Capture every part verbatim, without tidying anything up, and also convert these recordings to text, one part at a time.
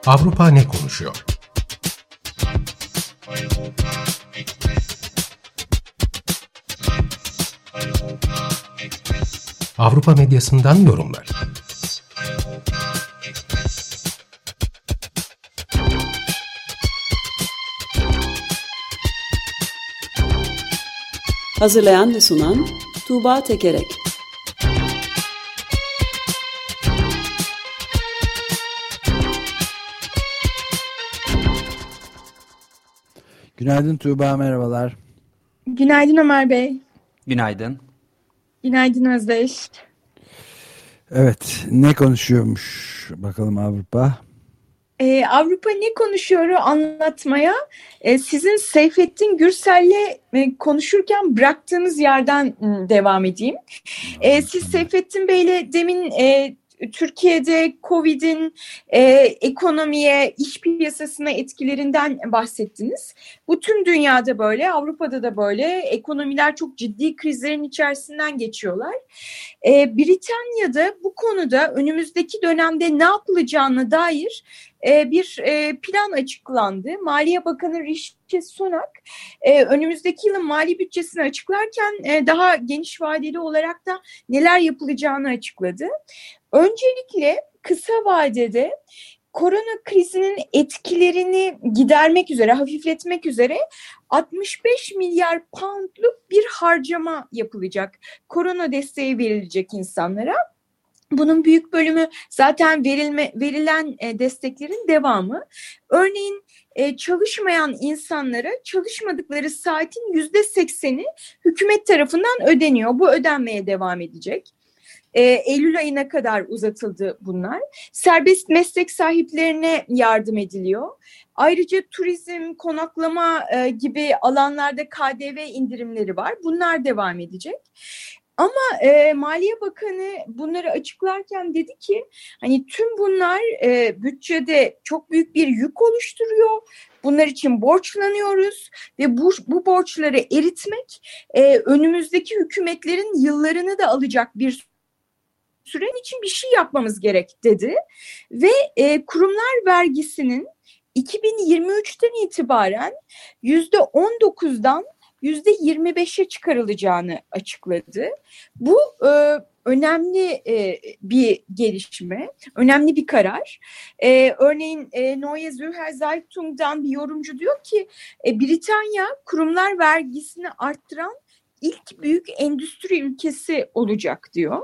Avrupa ne konuşuyor? Avrupa medyasından yorumlar. Hazırlayan ve sunan Tuğba Tekerek. Günaydın Tuğba, merhabalar. Günaydın Ömer Bey. Günaydın. Günaydın Özdeş. Evet, ne konuşuyormuş bakalım Avrupa? Ee, Avrupa ne konuşuyoru anlatmaya e, sizin Seyfettin Gürsel'le e, konuşurken bıraktığınız yerden e, devam edeyim. E, siz Seyfettin Bey'le demin e, Türkiye'de Covid'in e, ekonomiye, iş piyasasına etkilerinden bahsettiniz. Bu tüm dünyada böyle, Avrupa'da da böyle. Ekonomiler çok ciddi krizlerin içerisinden geçiyorlar. E, Britanya'da bu konuda önümüzdeki dönemde ne yapılacağına dair e, bir e, plan açıklandı. Maliye Bakanı Rishi Sunak e, önümüzdeki yılın mali bütçesini açıklarken e, daha geniş vadeli olarak da neler yapılacağını açıkladı. Öncelikle kısa vadede korona krizinin etkilerini gidermek üzere, hafifletmek üzere altmış beş milyar poundluk bir harcama yapılacak. Korona desteği verilecek insanlara. Bunun büyük bölümü zaten verilme, verilen e, desteklerin devamı. Örneğin e, çalışmayan insanlara çalışmadıkları saatin yüzde sekseni hükümet tarafından ödeniyor. Bu ödenmeye devam edecek. E, Eylül ayına kadar uzatıldı bunlar. Serbest meslek sahiplerine yardım ediliyor. Ayrıca turizm, konaklama e, gibi alanlarda K D V indirimleri var. Bunlar devam edecek. Ama e, Maliye Bakanı bunları açıklarken dedi ki hani tüm bunlar e, bütçede çok büyük bir yük oluşturuyor. Bunlar için borçlanıyoruz ve bu, bu borçları eritmek e, önümüzdeki hükümetlerin yıllarını da alacak bir süren için bir şey yapmamız gerek dedi. Ve e, kurumlar vergisinin iki bin yirmi üçten itibaren yüzde on dokuzdan yüzde yirmi beşe çıkarılacağını açıkladı. Bu e, önemli e, bir gelişme, önemli bir karar. E, örneğin e, Neue Zürcher Zeitung'dan bir yorumcu diyor ki e, Britanya kurumlar vergisini arttıran ilk büyük endüstri ülkesi olacak diyor.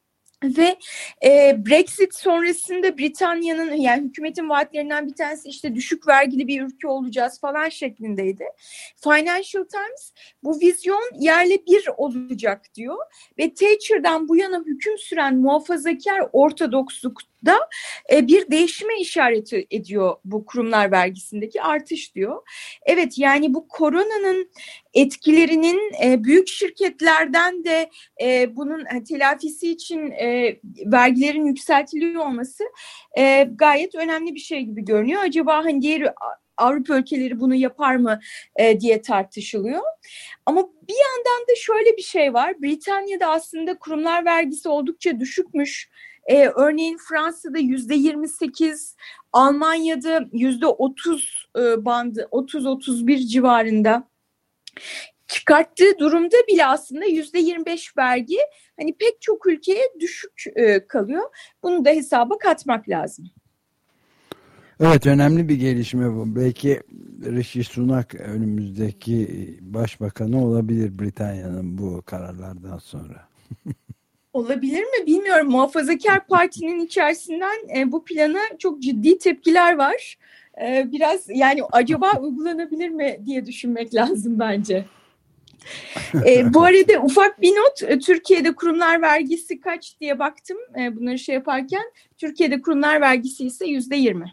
Ve e, Brexit sonrasında Britanya'nın yani hükümetin vaatlerinden bir tanesi işte düşük vergili bir ülke olacağız falan şeklindeydi. Financial Times bu vizyon yerle bir olacak diyor ve Thatcher'dan bu yana hüküm süren muhafazakar ortodokslukta e, bir değişime işaret ediyor bu kurumlar vergisindeki artış diyor. Evet yani bu koronanın etkilerinin e, büyük şirketlerden de e, bunun e, telafisi için e, vergilerin yükseltiliyor olması e, gayet önemli bir şey gibi görünüyor. Acaba hani diğer Avrupa ülkeleri bunu yapar mı e, diye tartışılıyor. Ama bir yandan da şöyle bir şey var. Britanya'da aslında kurumlar vergisi oldukça düşükmüş. Ee, örneğin Fransa'da yüzde yirmi sekiz, Almanya'da yüzde otuz e, bandı, otuz otuz bir civarında. Çıkarttığı durumda bile aslında yüzde yirmi beş vergi hani pek çok ülkeye düşük e, kalıyor. Bunu da hesaba katmak lazım. Evet, önemli bir gelişme bu. Belki Rishi Sunak önümüzdeki başbakanı olabilir Britanya'nın bu kararlardan sonra. Olabilir mi bilmiyorum. Muhafazakar Parti'nin içerisinden e, bu plana çok ciddi tepkiler var. E, biraz yani acaba uygulanabilir mi diye düşünmek lazım bence. E, bu arada ufak bir not. Türkiye'de kurumlar vergisi kaç diye baktım e, bunları şey yaparken. Türkiye'de kurumlar vergisi ise yüzde yirmi.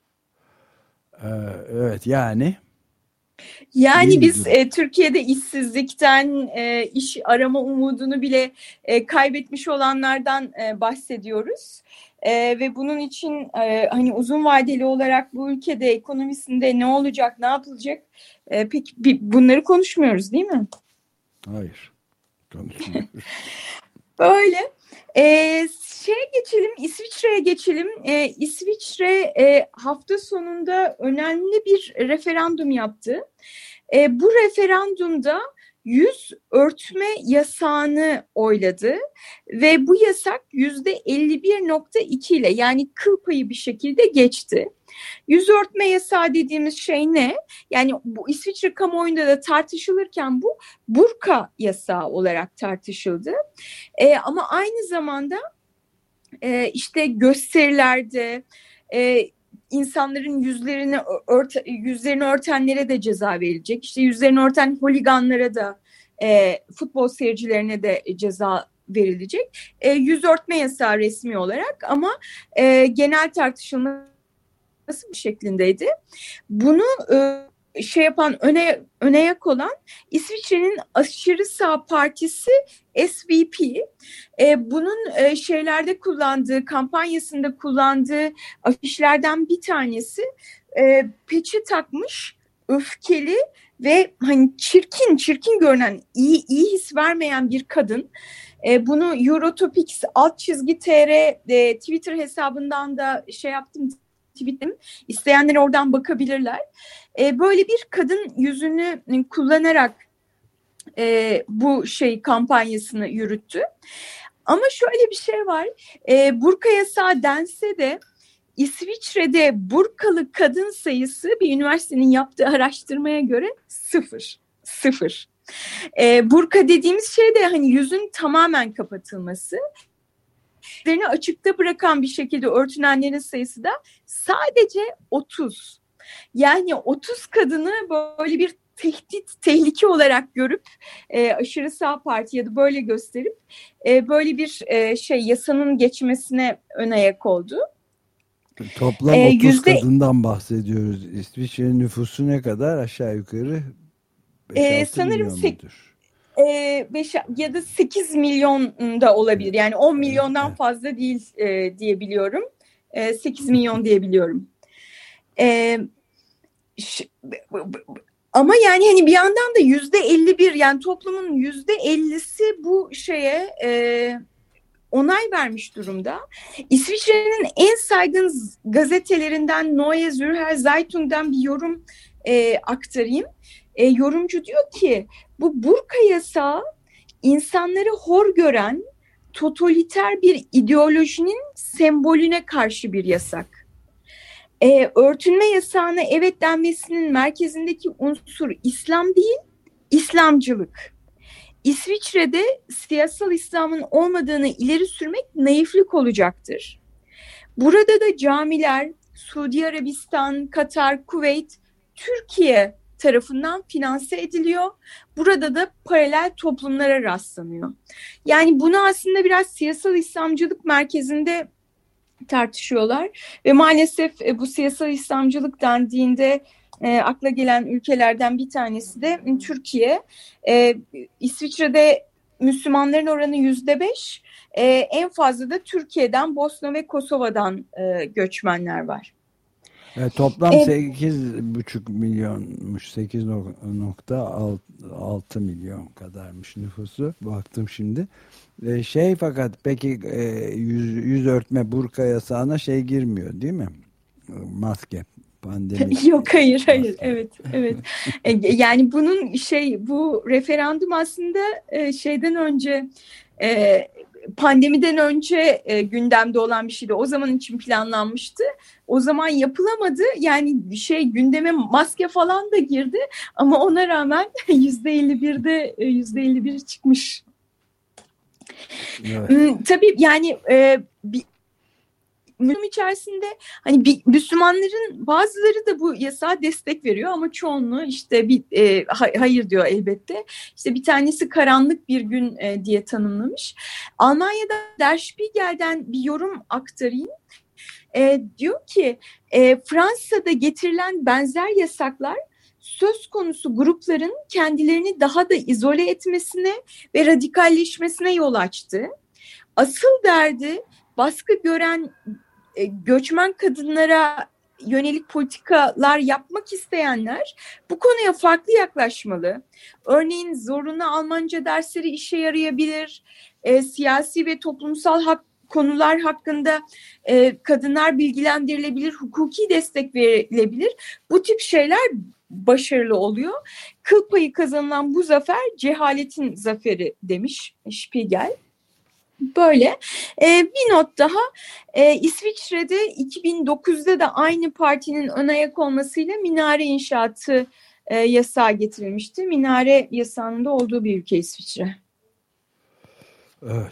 Evet yani. Yani biz e, Türkiye'de işsizlikten, e, iş arama umudunu bile e, kaybetmiş olanlardan e, bahsediyoruz. E, ve bunun için e, hani uzun vadeli olarak bu ülkede ekonomisinde ne olacak, ne yapılacak e, peki bunları konuşmuyoruz değil mi? Hayır, konuşmuyoruz. Böyle. Ee, şeye geçelim, İsviçre'ye geçelim. Ee, İsviçre e, hafta sonunda önemli bir referandum yaptı. E, bu referandumda yüz örtme yasağını oyladı ve bu yasak yüzde elli bir nokta iki ile, yani kıl payı bir şekilde geçti. Yüz örtme yasağı dediğimiz şey ne? Yani bu İsviçre kamuoyunda da tartışılırken bu burka yasağı olarak tartışıldı. E, ama aynı zamanda e, işte gösterilerde e, insanların yüzlerini ört, yüzlerini örtenlere de ceza verilecek. İşte yüzlerini örten holiganlara da, e, futbol seyircilerine de ceza verilecek. E, yüz örtme yasağı resmi olarak, ama e, genel tartışılması bu şeklindeydi. Bunu e, şey yapan, öne öne yak olan İsviçre'nin aşırı sağ partisi S V P. E, bunun e, şeylerde kullandığı, kampanyasında kullandığı afişlerden bir tanesi e, peçe takmış, öfkeli ve hani çirkin çirkin görünen, iyi iyi his vermeyen bir kadın. E, bunu Eurotopics alt çizgi T R e, Twitter hesabından da şey yaptım, tweetledim. İsteyenler oradan bakabilirler. E, böyle bir kadın yüzünü kullanarak e, bu şey kampanyasını yürüttü. Ama şöyle bir şey var. E, burka yasağı dense de İsviçre'de burkalı kadın sayısı bir üniversitenin yaptığı araştırmaya göre sıfır. Sıfır. E, burka dediğimiz şey de hani yüzün tamamen kapatılması. Yüzlerini açıkta bırakan bir şekilde örtünenlerin sayısı da sadece otuz. Yani otuz kadını böyle bir tehdit, tehlike olarak görüp e, aşırı sağ parti ya da böyle gösterip e, böyle bir e, şey yasanın geçmesine ön ayak oldu. Toplam e, otuz yüzde... kadından bahsediyoruz. İsviçre'nin nüfusu ne kadar? Aşağı yukarı beş altı e, milyon mudur? beş ya da sekiz milyon da olabilir. Yani on milyondan fazla değil e, diye biliyorum. E, sekiz milyon diye biliyorum. E, ş, ama yani hani bir yandan da yüzde elli bir, yani toplumun yüzde ellisi bu şeye e, onay vermiş durumda. İsviçre'nin en saygın gazetelerinden Neue Zürcher Zeitung'dan bir yorum e, aktarayım. E, yorumcu diyor ki bu burka yasağı insanları hor gören totaliter bir ideolojinin sembolüne karşı bir yasak. E, örtünme yasağına evet denmesinin merkezindeki unsur İslam değil, İslamcılık. İsviçre'de siyasal İslam'ın olmadığını ileri sürmek naiflik olacaktır. Burada da camiler Suudi Arabistan, Katar, Kuveyt, Türkiye tarafından finanse ediliyor. Burada da paralel toplumlara rastlanıyor. Yani bunu aslında biraz siyasal İslamcılık merkezinde tartışıyorlar ve maalesef e, bu siyasal İslamcılık dendiğinde e, akla gelen ülkelerden bir tanesi de Türkiye. E, İsviçre'de Müslümanların oranı yüzde beş, e, en fazla da Türkiye'den, Bosna ve Kosova'dan e, göçmenler var. Evet, toplam e, sekiz buçuk milyonmuş, sekiz nokta altı milyon kadarmış nüfusu. Baktım şimdi. E, şey fakat peki e, yüz, yüz örtme burka yasağına şey girmiyor değil mi? Maske, pandemi. Yok hayır hayır maske. evet evet. e, yani bunun şey bu referandum aslında e, şeyden önce e, pandemiden önce e, gündemde olan bir şeydi. O zaman için planlanmıştı. O zaman yapılamadı. Yani şey gündeme maske falan da girdi. Ama ona rağmen yüzde elli birde yüzde elli bir çıkmış. Evet. Tabii yani e, bir Müslüman içerisinde hani bir, Müslümanların bazıları da bu yasağa destek veriyor ama çoğunluğu işte bir e, hayır diyor elbette. İşte bir tanesi karanlık bir gün e, diye tanımlamış. Almanya'da Der Spiegel'den bir yorum aktarayım. E, diyor ki e, Fransa'da getirilen benzer yasaklar söz konusu grupların kendilerini daha da izole etmesine ve radikalleşmesine yol açtı. Asıl derdi baskı gören e, göçmen kadınlara yönelik politikalar yapmak isteyenler bu konuya farklı yaklaşmalı. Örneğin zorunlu Almanca dersleri işe yarayabilir, e, siyasi ve toplumsal hak konular hakkında e, kadınlar bilgilendirilebilir, hukuki destek verilebilir. Bu tip şeyler başarılı oluyor. Kıl payı kazanılan bu zafer cehaletin zaferi demiş Spiegel. Böyle ee, bir not daha ee, İsviçre'de iki bin dokuzda da aynı partinin ön ayak olmasıyla minare inşaatı e, yasağı getirilmişti. Minare yasağında olduğu bir ülke İsviçre. Evet.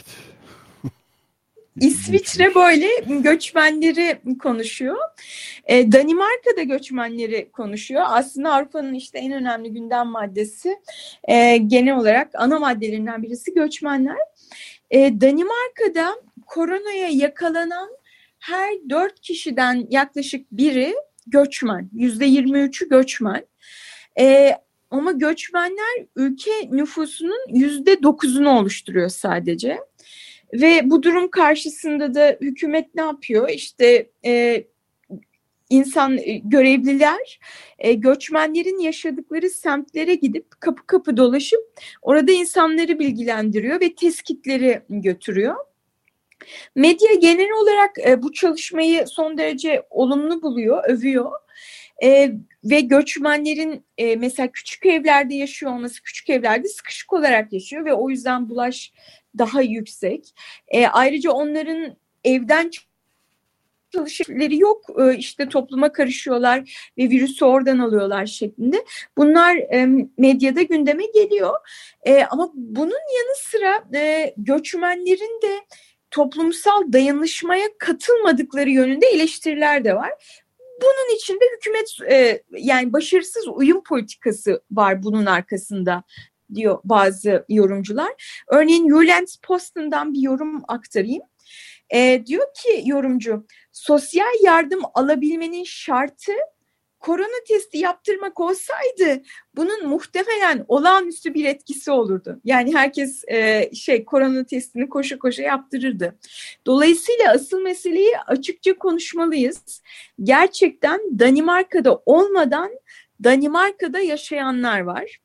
İsviçre böyle göçmenleri konuşuyor. Ee, Danimarka'da göçmenleri konuşuyor. Aslında Avrupa'nın işte en önemli gündem maddesi e, genel olarak ana maddelerinden birisi göçmenler. Ee, Danimarka'da koronaya yakalanan her dört kişiden yaklaşık biri göçmen. Yüzde yirmi üçü göçmen. Ee, ama göçmenler ülke nüfusunun yüzde dokuzunu oluşturuyor sadece. Ve bu durum karşısında da hükümet ne yapıyor? İşte e, insan e, görevliler e, göçmenlerin yaşadıkları semtlere gidip kapı kapı dolaşıp orada insanları bilgilendiriyor ve tespitleri götürüyor. Medya genel olarak e, bu çalışmayı son derece olumlu buluyor, övüyor. E, ve göçmenlerin e, mesela küçük evlerde yaşıyor olması, küçük evlerde sıkışık olarak yaşıyor ve o yüzden bulaş daha yüksek. E, ayrıca onların evden çalışmaları yok, e, işte topluma karışıyorlar ve virüsü oradan alıyorlar şeklinde. Bunlar e, medyada gündeme geliyor. E, ama bunun yanı sıra e, göçmenlerin de toplumsal dayanışmaya katılmadıkları yönünde eleştiriler de var. Bunun içinde hükümet e, yani başarısız uyum politikası var bunun arkasında diyor bazı yorumcular. Örneğin Jyllands-Posten'dan bir yorum aktarayım. E, diyor ki yorumcu, sosyal yardım alabilmenin şartı korona testi yaptırmak olsaydı bunun muhtemelen olağanüstü bir etkisi olurdu. Yani herkes e, şey korona testini koşa koşa yaptırırdı. Dolayısıyla asıl meseleyi açıkça konuşmalıyız. Gerçekten Danimarka'da olmadan Danimarka'da yaşayanlar var.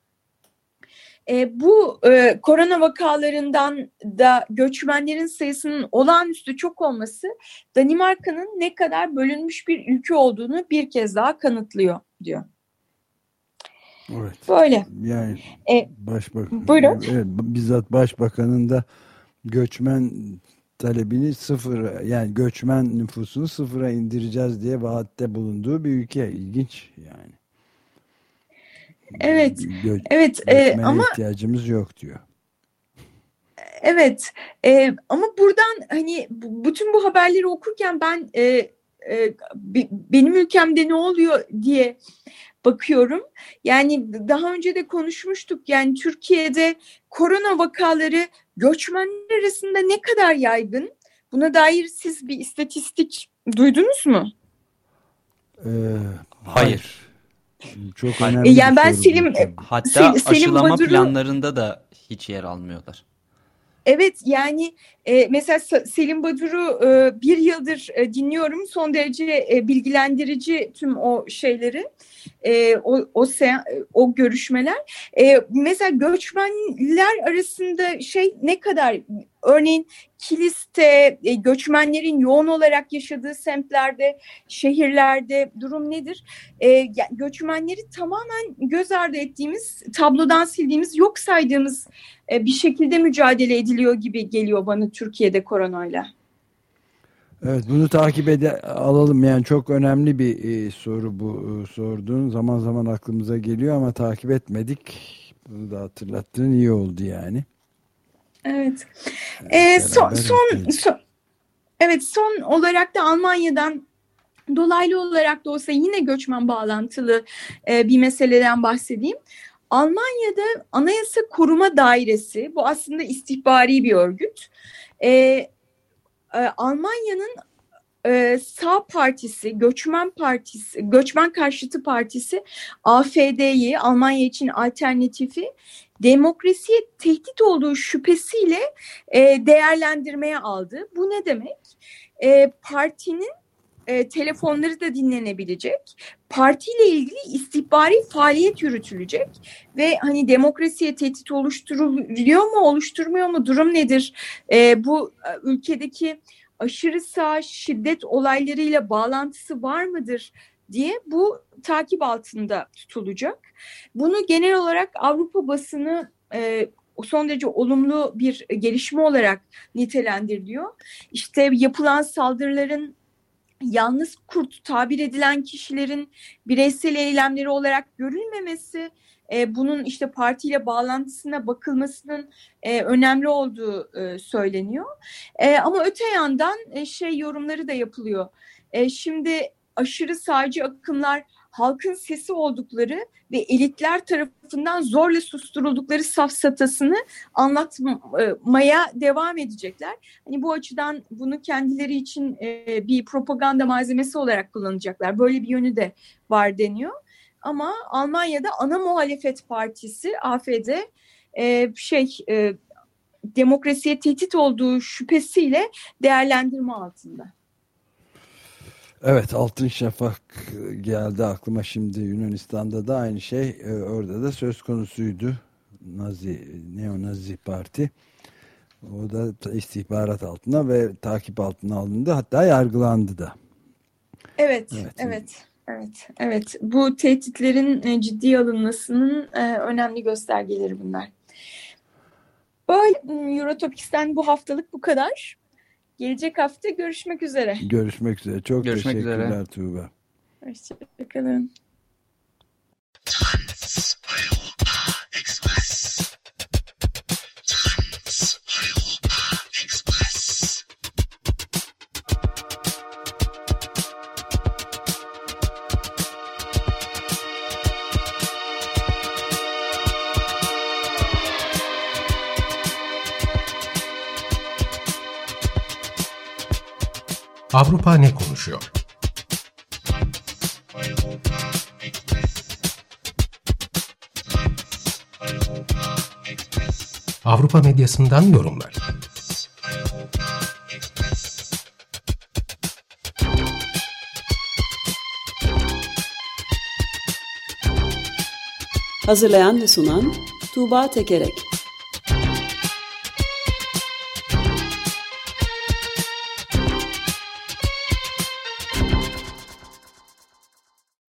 E, bu e, korona vakalarından da göçmenlerin sayısının olağanüstü çok olması Danimarka'nın ne kadar bölünmüş bir ülke olduğunu bir kez daha kanıtlıyor diyor. Evet. Böyle. Yani e, başbakan, buyurun. Evet, bizzat başbakanın da göçmen talebini sıfır, yani göçmen nüfusunu sıfıra indireceğiz diye vaatte bulunduğu bir ülke. İlginç yani. Evet, Gö- evet e, ama ihtiyacımız yok diyor. Evet, e, ama buradan hani bu, bütün bu haberleri okurken ben e, e, b- benim ülkemde ne oluyor diye bakıyorum. Yani daha önce de konuşmuştuk. Yani Türkiye'de korona vakaları göçmenler arasında ne kadar yaygın? Buna dair siz bir istatistik duydunuz mu? Ee, Hayır. Çok Hayır. önemli Yani bir ben soru Selim bu tabii. Hatta Sel- Selim aşılama Badur'u planlarında da hiç yer almıyorlar. Evet yani e, mesela Selim Badur'u e, bir yıldır e, dinliyorum. Son derece e, bilgilendirici tüm o şeyleri, e, o, o, se- o görüşmeler. E, mesela göçmenler arasında şey ne kadar, örneğin Kilis'te e, göçmenlerin yoğun olarak yaşadığı semtlerde, şehirlerde durum nedir? E, göçmenleri tamamen göz ardı ettiğimiz, tablodan sildiğimiz, yok saydığımız bir şekilde mücadele ediliyor gibi geliyor bana Türkiye'de koronayla. Evet, bunu takip ede alalım. Yani çok önemli bir e, soru bu. E, sorduğun zaman zaman aklımıza geliyor ama takip etmedik. Bunu da hatırlattığın iyi oldu yani. Evet. Evet, Ee, son, son, son, evet son olarak da Almanya'dan dolaylı olarak da olsa yine göçmen bağlantılı e, bir meseleden bahsedeyim. Almanya'da Anayasa Koruma Dairesi, bu aslında istihbari bir örgüt. Ee, e, Almanya'nın e, sağ partisi, göçmen partisi, göçmen karşıtı partisi A F D'yi, Almanya için alternatifi, demokrasiye tehdit olduğu şüphesiyle e, değerlendirmeye aldı. Bu ne demek? E, partinin e, telefonları da dinlenebilecek. Partiyle ilgili istihbari faaliyet yürütülecek ve hani demokrasiye tehdit oluşturuluyor mu, oluşturmuyor mu, durum nedir? E, bu ülkedeki aşırı sağ şiddet olaylarıyla bağlantısı var mıdır diye bu takip altında tutulacak. Bunu genel olarak Avrupa basını e, son derece olumlu bir gelişme olarak nitelendiriliyor. İşte yapılan saldırıların yalnız kurt tabir edilen kişilerin bireysel eylemleri olarak görülmemesi, e, bunun işte partiyle bağlantısına bakılmasının e, önemli olduğu e, söyleniyor. E, ama öte yandan e, şey yorumları da yapılıyor. E, şimdi aşırı sağcı akımlar halkın sesi oldukları ve elitler tarafından zorla susturuldukları safsatasını anlatmaya devam edecekler. Hani bu açıdan bunu kendileri için bir propaganda malzemesi olarak kullanacaklar. Böyle bir yönü de var deniyor. Ama Almanya'da ana muhalefet partisi A F D şey demokrasiye tehdit olduğu şüphesiyle değerlendirme altında. Evet, Altın Şafak geldi aklıma şimdi. Yunanistan'da da aynı şey orada da söz konusuydu. Nazi, Neo-Nazi Parti. O da istihbarat altına ve takip altına alındı. Hatta yargılandı da. Evet, evet, evet. Evet, evet. Bu tehditlerin ciddiye alınmasının önemli göstergeleri bunlar. Böyle Eurotopics'ten bu haftalık bu kadar. Gelecek hafta görüşmek üzere. Görüşmek üzere. Çok görüşmek teşekkürler üzere. Tuğba. Hoşçakalın. Avrupa ne konuşuyor? Avrupa medyasından yorumlar. Hazırlayan ve sunan Tuğba Tekerek.